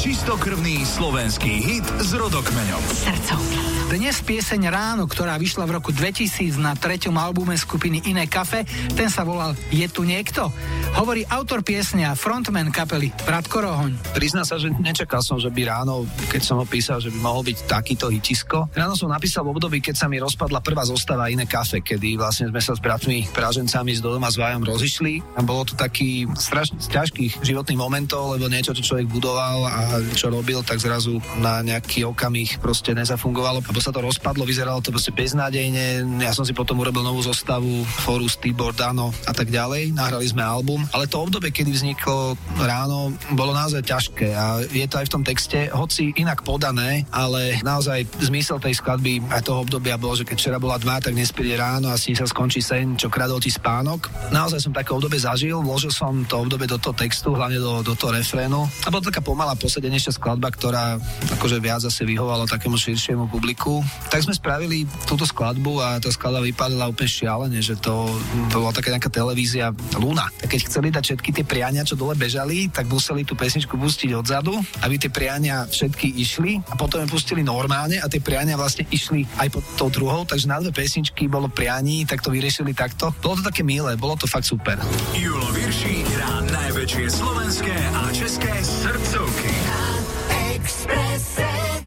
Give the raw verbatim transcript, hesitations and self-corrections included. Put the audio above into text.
Čistokrvný slovenský hit s rodokmeňom. Srdcovka. Dnes pieseň Ráno, ktorá vyšla v roku dvetisíc na treťom albume skupiny Iné kafe, ten sa volal Je tu niekto? Hovorí autor piesne a frontman kapely Bratko Rohoň. Priznám sa, že nečakal som, že by Ráno, keď som ho písal, že by mohol byť takýto hitisko. Ráno som napísal v období, keď sa mi rozpadla prvá zostava Iné kafe, kedy vlastne sme sa s bratmi Pražencami z Dodoma s Vajom rozišli a bolo to taký strašne z ťažkých životných momentov, lebo niečo, čo človek budoval a čo robil, tak zrazu na nejaký okamih proste nezafungovalo. Sa to rozpadlo, vyzeralo to proste beznádejne. Ja som si potom urobil novú zostavu, Forus, Tibor, Dano a tak ďalej. Nahrali sme album, ale to obdobie, kedy vzniklo Ráno, bolo naozaj ťažké a je to aj v tom texte, hoci inak podané, ale naozaj zmysel tej skladby aj toho obdobia bolo, že keď včera bola tma, tak dnes príde ráno a si sa skončí sen, čo kradol ti spánok. Naozaj som také obdobie zažil, vložil som to obdobie do toho textu, hlavne do, do toho refrénu. A bola taká pomalá posedenejšia skladba, ktorá akože viac zase vyhovala takému širšiemu publiku. Tak sme spravili túto skladbu a tá skladba vypadala úplne šialene, že to, to bola taká nejaká televízia Luna. Tak keď chceli dať všetky tie priania, čo dole bežali, tak museli tú pesničku pustiť odzadu, aby tie priania všetky išli a potom ju pustili normálne a tie priania vlastne išli aj pod tou druhou, takže na dve pesničky bolo prianí, tak to vyriešili takto. Bolo to také milé, bolo to fakt super. Julo Viršík hrá najväčšie slovenské a české srdcovky.